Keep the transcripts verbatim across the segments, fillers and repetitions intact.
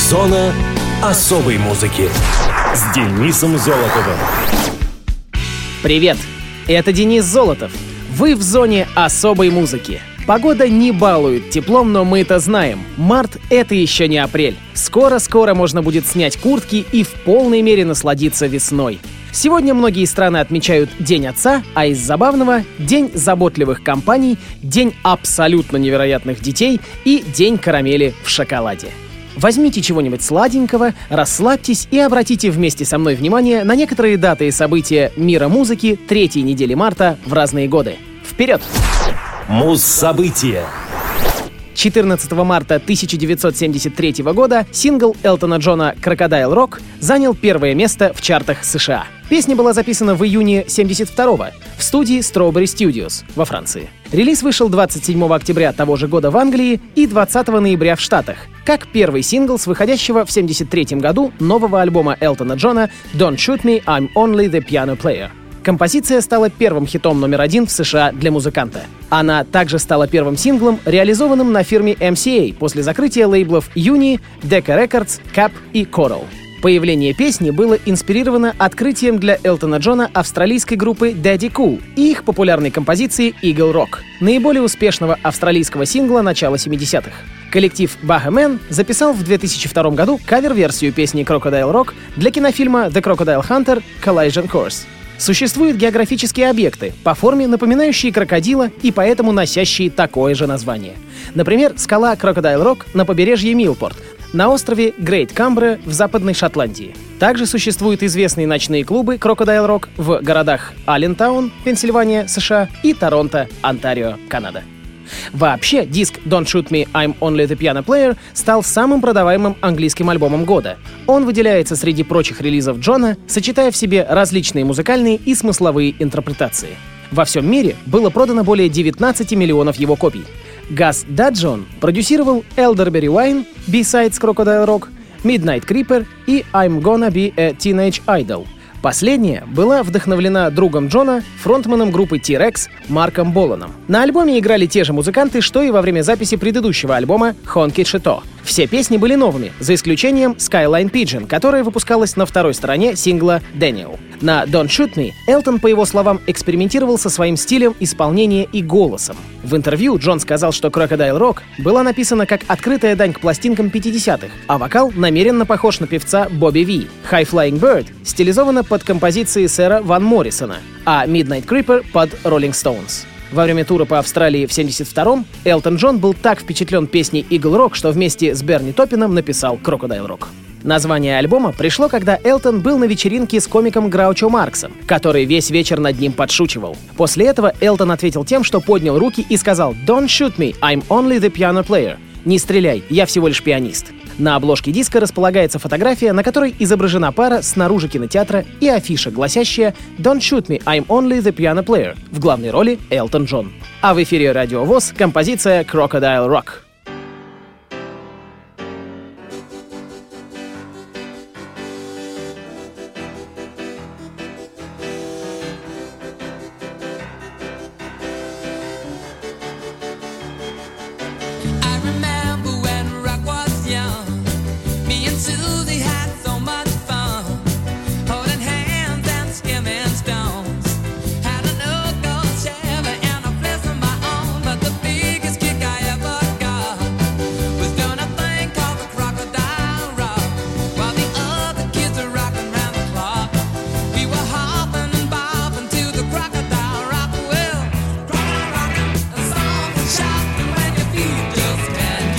Зона особой музыки с Денисом Золотовым. Привет, это Денис Золотов. Вы в зоне особой музыки. Погода не балует теплом, но мы это знаем. Март — это еще не апрель. Скоро-скоро можно будет снять куртки и в полной мере насладиться весной. Сегодня многие страны отмечают День отца, а из забавного — День заботливых компаний, День абсолютно невероятных детей и День карамели в шоколаде. Возьмите чего-нибудь сладенького, расслабьтесь и обратите вместе со мной внимание на некоторые даты и события мира музыки третьей недели марта в разные годы. Вперед! Муз-события. четырнадцатого марта тысяча девятьсот семьдесят третьего года сингл Элтона Джона «Crocodile Rock» занял первое место в чартах США. Песня была записана в июне семьдесят второго в студии Strawberry Studios во Франции. Релиз вышел двадцать седьмого октября того же года в Англии и двадцатого ноября в Штатах, как первый сингл с выходящего в семьдесят третьем году нового альбома Элтона Джона «Don't Shoot Me, I'm Only the Piano Player». Композиция стала первым хитом номер один в США для музыканта. Она также стала первым синглом, реализованным на фирме эм си эй после закрытия лейблов Uni, Decca Records, Cap и Coral. Появление песни было инспирировано открытием для Элтона Джона австралийской группы Daddy Cool и их популярной композиции Eagle Rock, наиболее успешного австралийского сингла начала семидесятых. Коллектив Bahamen записал в две тысячи втором году кавер-версию песни Crocodile Rock для кинофильма The Crocodile Hunter Collision Course. Существуют географические объекты, по форме напоминающие крокодила и поэтому носящие такое же название. Например, скала Crocodile Rock на побережье Милпорт, на острове Грейт Камбре в Западной Шотландии. Также существуют известные ночные клубы Crocodile Rock в городах Аллентаун, Пенсильвания, США и Торонто, Онтарио, Канада. Вообще, диск «Don't Shoot Me, I'm Only the Piano Player» стал самым продаваемым английским альбомом года. Он выделяется среди прочих релизов Джона, сочетая в себе различные музыкальные и смысловые интерпретации. Во всем мире было продано более девятнадцати миллионов его копий. Газ Даджон продюсировал Elderberry Wine, B-Sides Crocodile Rock, Midnight Creeper и I'm Gonna Be a Teenage Idol. Последняя была вдохновлена другом Джона, фронтменом группы T-Rex Марком Боланом. На альбоме играли те же музыканты, что и во время записи предыдущего альбома «Honky Chito». Все песни были новыми, за исключением Skyline Pigeon, которая выпускалась на второй стороне сингла «Daniel». На «Don't Shoot Me» Элтон, по его словам, экспериментировал со своим стилем исполнения и голосом. В интервью Джон сказал, что «Crocodile Rock» была написана как открытая дань к пластинкам пятидесятых, а вокал намеренно похож на певца Бобби Ви. «High Flying Bird» стилизована под композиции сэра Ван Моррисона, а «Midnight Creeper» под Rolling Stones. Во время тура по Австралии в семьдесят втором Элтон Джон был так впечатлен песней Eagle Rock, что вместе с Берни Топпином написал Crocodile Rock. Название альбома пришло, когда Элтон был на вечеринке с комиком Граучо Марксом, который весь вечер над ним подшучивал. После этого Элтон ответил тем, что поднял руки и сказал «Don't shoot me, I'm only the piano player». «Не стреляй, я всего лишь пианист». На обложке диска располагается фотография, на которой изображена пара снаружи кинотеатра и афиша, гласящая «Don't shoot me, I'm only the piano player». В главной роли Элтон Джон. А в эфире Радио ВОС композиция «Crocodile Rock». Just can't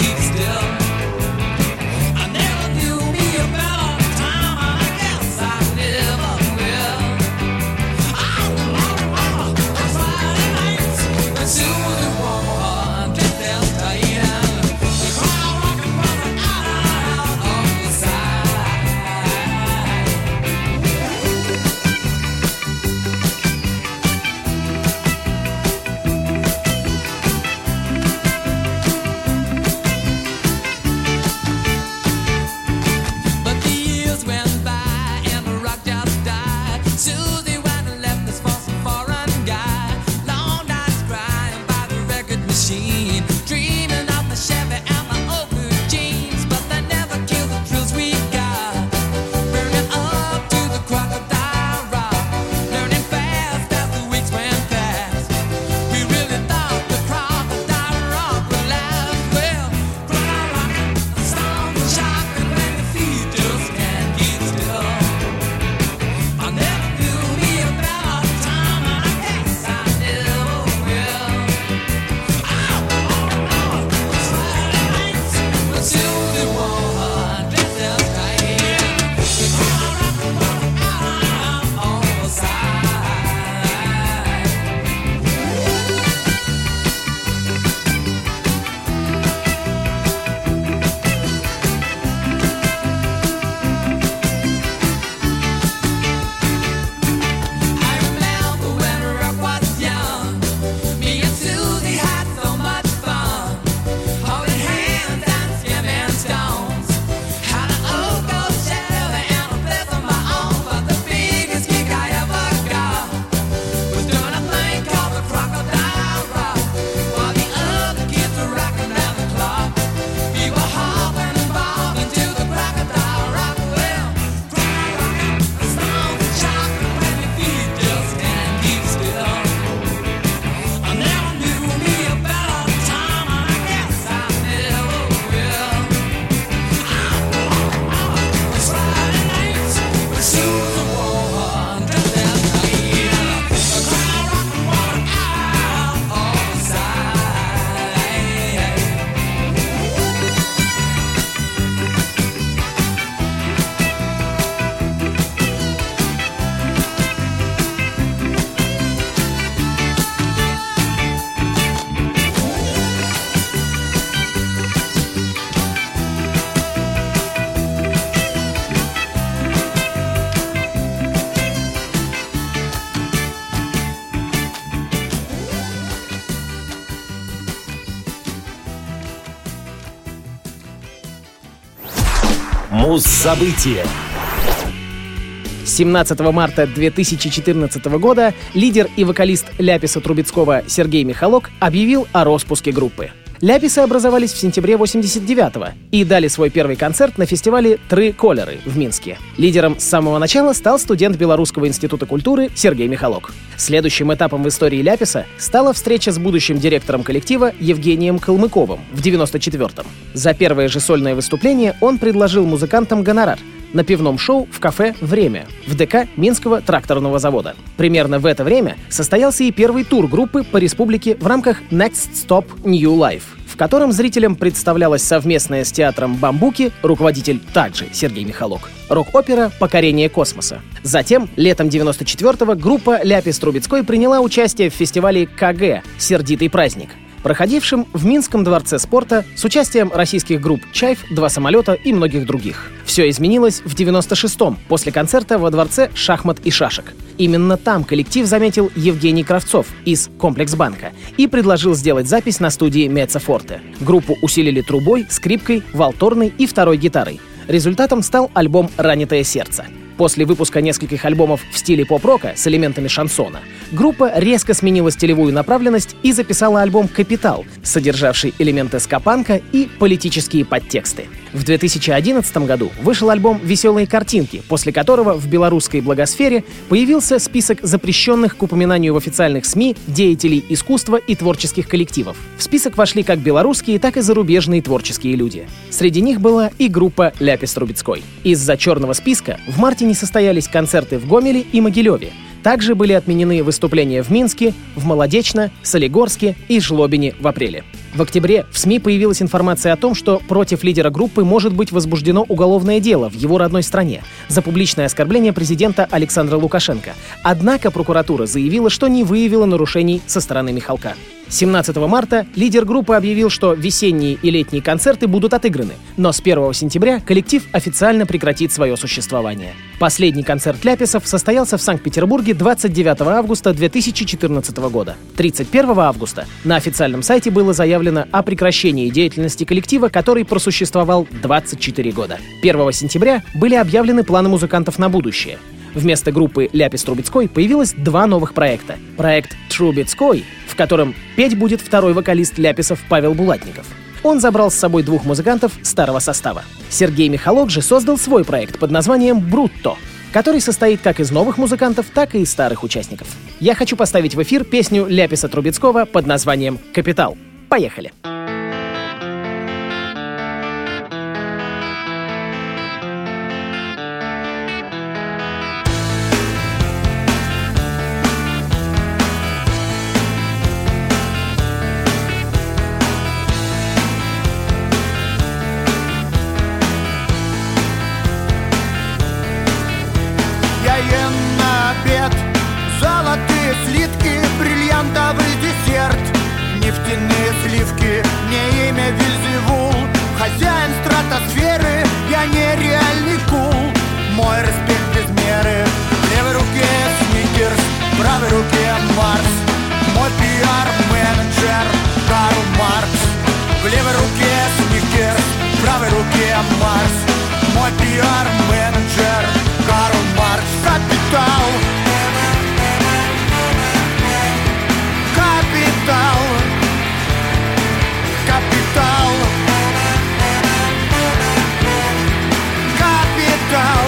Муз-события. семнадцатого марта две тысячи четырнадцатого года лидер и вокалист Ляписа Трубецкого Сергей Михалок объявил о распуске группы. Ляписы образовались в сентябре восемьдесят девятого и дали свой первый концерт на фестивале «Тры колеры» в Минске. Лидером с самого начала стал студент Белорусского института культуры Сергей Михалок. Следующим этапом в истории Ляписа стала встреча с будущим директором коллектива Евгением Калмыковым в девяносто четвёртом. За первое же сольное выступление он предложил музыкантам гонорар на пивном шоу в кафе «Время» в ДК Минского тракторного завода. Примерно в это время состоялся и первый тур группы по республике в рамках Next Stop New Life, в котором зрителям представлялась совместная с театром «Бамбуки», руководитель также Сергей Михалок, рок-опера «Покорение космоса». Затем, летом девяносто четвёртого, группа Ляпис Трубецкой приняла участие в фестивале КГ «Сердитый праздник», проходившим в Минском дворце спорта с участием российских групп «Чайф», «Два самолета» и многих других. Все изменилось в девяносто шестом, после концерта во дворце «Шахмат и шашек». Именно там коллектив заметил Евгений Кравцов из «Комплексбанка» и предложил сделать запись на студии «Меццо-Форте». Группу усилили трубой, скрипкой, валторной и второй гитарой. Результатом стал альбом «Ранитое сердце». После выпуска нескольких альбомов в стиле поп-рока с элементами шансона, группа резко сменила стилевую направленность и записала альбом «Капитал», содержавший элементы ска-панка и политические подтексты. В две тысячи одиннадцатом году вышел альбом «Веселые картинки», после которого в белорусской блогосфере появился список запрещенных к упоминанию в официальных СМИ деятелей искусства и творческих коллективов. В список вошли как белорусские, так и зарубежные творческие люди. Среди них была и группа Ляпис Трубецкой. Из-за черного списка в марте не состоялись концерты в Гомеле и Могилеве. Также были отменены выступления в Минске, в Молодечно, Солигорске и Жлобине в апреле. В октябре в СМИ появилась информация о том, что против лидера группы может быть возбуждено уголовное дело в его родной стране за публичное оскорбление президента Александра Лукашенко. Однако прокуратура заявила, что не выявила нарушений со стороны Михалка. семнадцатого марта лидер группы объявил, что весенние и летние концерты будут отыграны, но с первого сентября коллектив официально прекратит свое существование. Последний концерт Ляписов состоялся в Санкт-Петербурге двадцать девятого августа две тысячи четырнадцатого года. тридцать первого августа на официальном сайте было заявлено о прекращении деятельности коллектива, который просуществовал двадцать четыре года. первого сентября были объявлены планы музыкантов на будущее. Вместо группы Ляпис Трубецкой появилось два новых проекта. Проект Трубецкой, в котором петь будет второй вокалист Ляписов Павел Булатников. Он забрал с собой двух музыкантов старого состава. Сергей Михалок же создал свой проект под названием «Брутто», который состоит как из новых музыкантов, так и из старых участников. Я хочу поставить в эфир песню Ляписа Трубецкого под названием «Капитал». Поехали! Я ем на обед золотые слитки, бриллиантовый десерт, нефтяные сливки, мне имя Вельзевул, хозяин стратосферы, я нереальный кул, мой респект без меры. В левой руке Сникерс, в правой руке Марс, мой пиар-менеджер Карл Маркс. В левой руке Сникерс, в правой руке Марс, мой пиар-менеджер Карл Маркс. Капитал, капитал, капитал, капитал.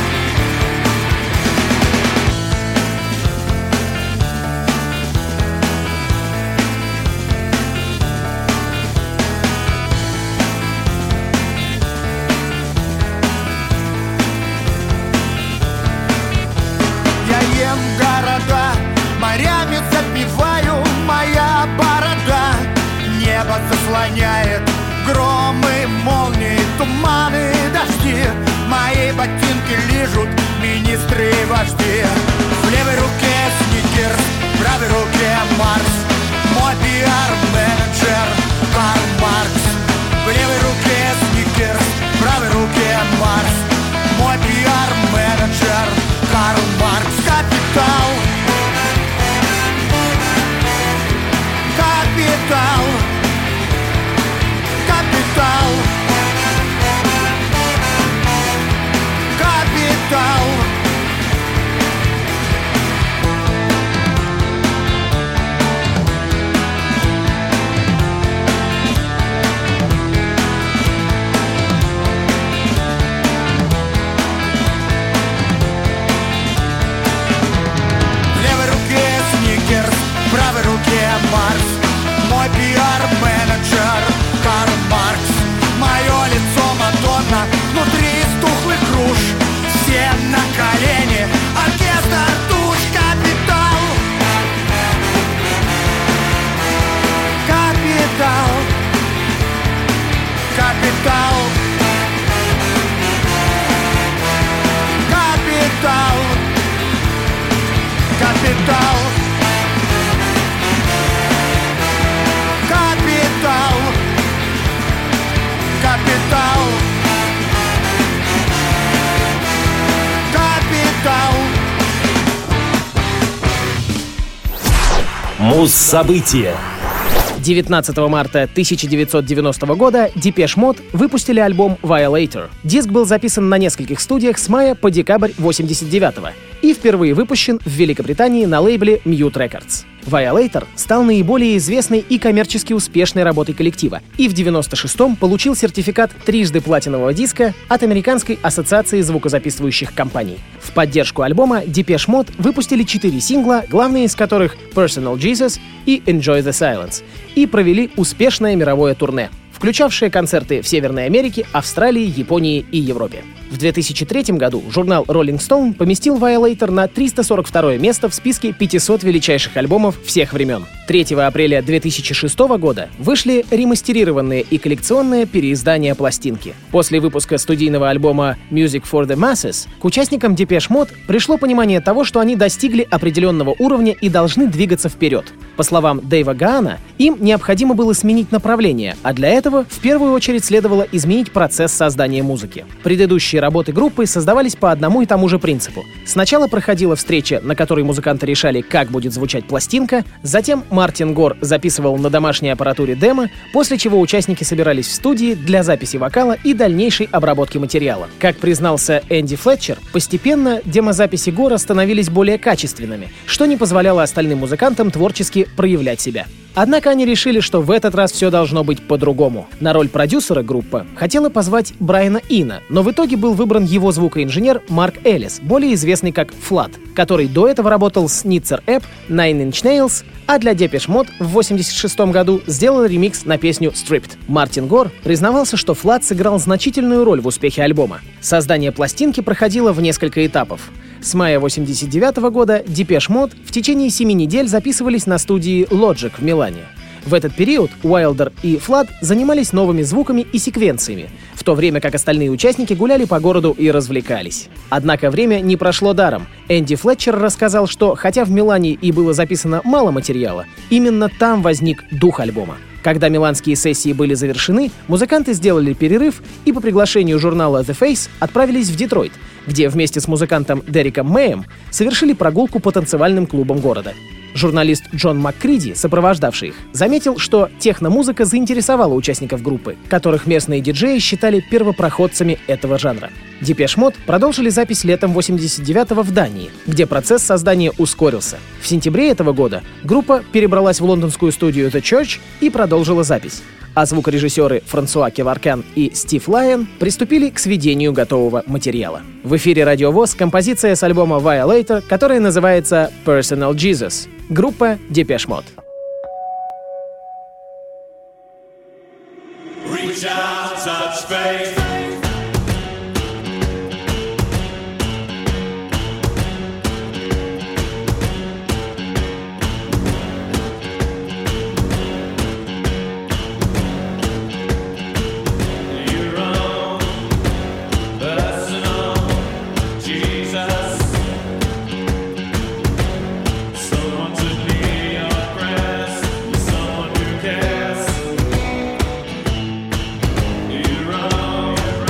Я ем города, морями забиваю, моя борода небо заслоняет, громы, молнии, туманы, дожди. Мои ботинки лижут министры и вожди. В левой руке Сникерс, в правой руке Марс, мой пиар-менеджер Карл Маркс. В левой руке Сникерс, в правой руке Марс, мой пиар-менеджер Карл Маркс. Капитал, капитал, капитал, Муз-события. девятнадцатого марта тысяча девятьсот девяностого года Depeche Mode выпустили альбом Violator. Диск был записан на нескольких студиях с мая по декабрь восемьдесят девятого и впервые выпущен в Великобритании на лейбле Mute Records. Violator стал наиболее известной и коммерчески успешной работой коллектива и в девяносто шестом получил сертификат трижды платинового диска от Американской ассоциации звукозаписывающих компаний. В поддержку альбома Depeche Mode выпустили четыре сингла, главные из которых Personal Jesus и Enjoy the Silence, и провели успешное мировое турне, включавшее концерты в Северной Америке, Австралии, Японии и Европе. В две тысячи третьем году журнал Rolling Stone поместил Violator на триста сорок второе место в списке пятисот величайших альбомов всех времен. третьего апреля две тысячи шестого года вышли ремастерированные и коллекционные переиздания пластинки. После выпуска студийного альбома Music for the Masses к участникам Depeche Mode пришло понимание того, что они достигли определенного уровня и должны двигаться вперед. По словам Дэйва Гаана, им необходимо было сменить направление, а для этого в первую очередь следовало изменить процесс создания музыки. Предыдущие работы группы создавались по одному и тому же принципу. Сначала проходила встреча, на которой музыканты решали, как будет звучать пластинка, затем Мартин Гор записывал на домашней аппаратуре демо, после чего участники собирались в студии для записи вокала и дальнейшей обработки материала. Как признался Энди Флетчер, постепенно демозаписи Гора становились более качественными, что не позволяло остальным музыкантам творчески проявлять себя. Однако они решили, что в этот раз все должно быть по-другому. На роль продюсера группа хотела позвать Брайана Ина, но в итоге был выбран его звукоинженер Марк Эллис, более известный как Флат, который до этого работал с Nitzer Ebb, Nine Inch Nails, а для Depeche Mode в восемьдесят шестом году сделал ремикс на песню Stripped. Мартин Гор признавался, что Флат сыграл значительную роль в успехе альбома. Создание пластинки проходило в несколько этапов. С мая восемьдесят девятого года Depeche Mode в течение семи недель записывались на студии Logic в Милане. В этот период Уайлдер и Флад занимались новыми звуками и секвенциями, в то время как остальные участники гуляли по городу и развлекались. Однако время не прошло даром. Энди Флетчер рассказал, что хотя в Милане и было записано мало материала, именно там возник дух альбома. Когда миланские сессии были завершены, музыканты сделали перерыв и по приглашению журнала The Face отправились в Детройт, где вместе с музыкантом Дереком Мэем совершили прогулку по танцевальным клубам города. Журналист Джон МакКриди, сопровождавший их, заметил, что техномузыка заинтересовала участников группы, которых местные диджеи считали первопроходцами этого жанра. Depeche Mode продолжили запись летом восемьдесят девятого в Дании, где процесс создания ускорился. В сентябре этого года группа перебралась в лондонскую студию The Church и продолжила запись. А звукорежиссеры Франсуа Кеваркян и Стив Лайон приступили к сведению готового материала. В эфире Радио ВОС композиция с альбома Violator, которая называется Personal Jesus. Группа Depeche Mode. Reach out, touch faith. You're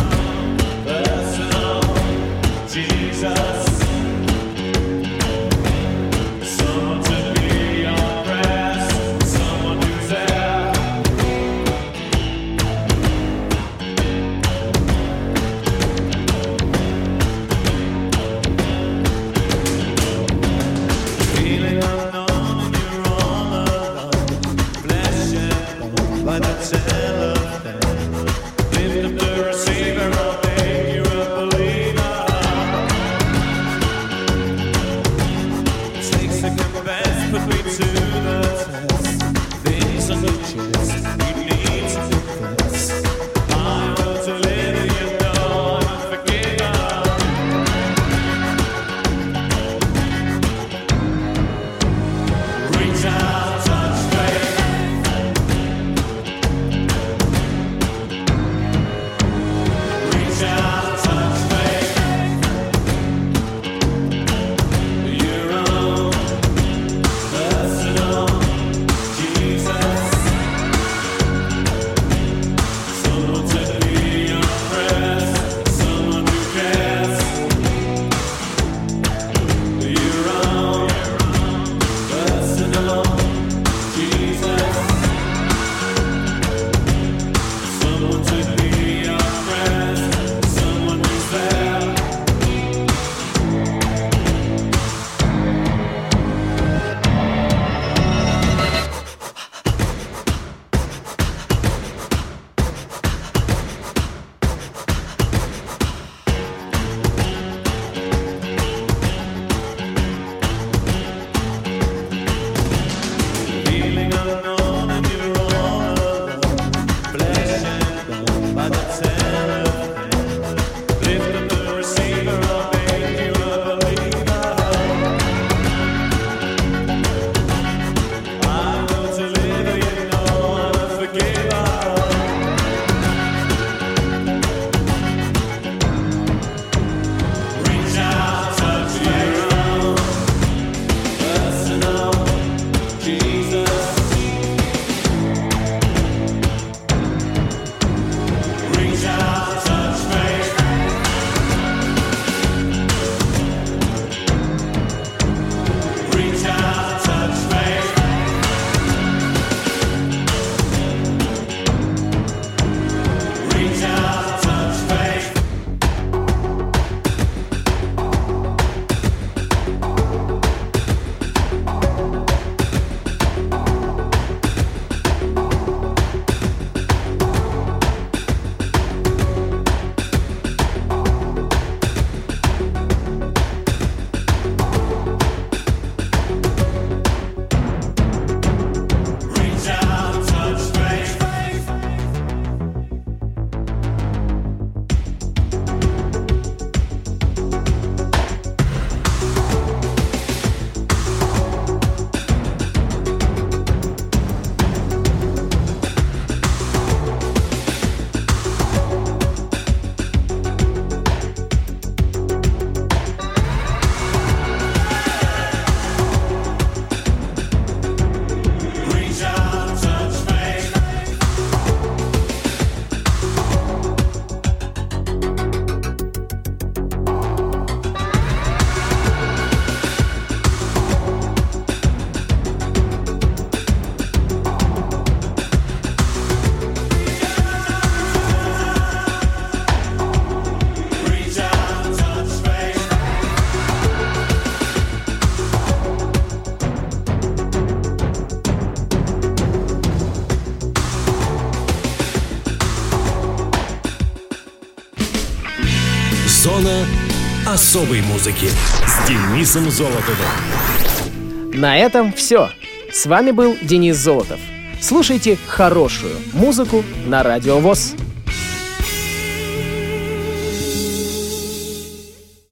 Зона особой музыки с Денисом Золотовым. На этом все. С вами был Денис Золотов. Слушайте хорошую музыку на Радио ВОС.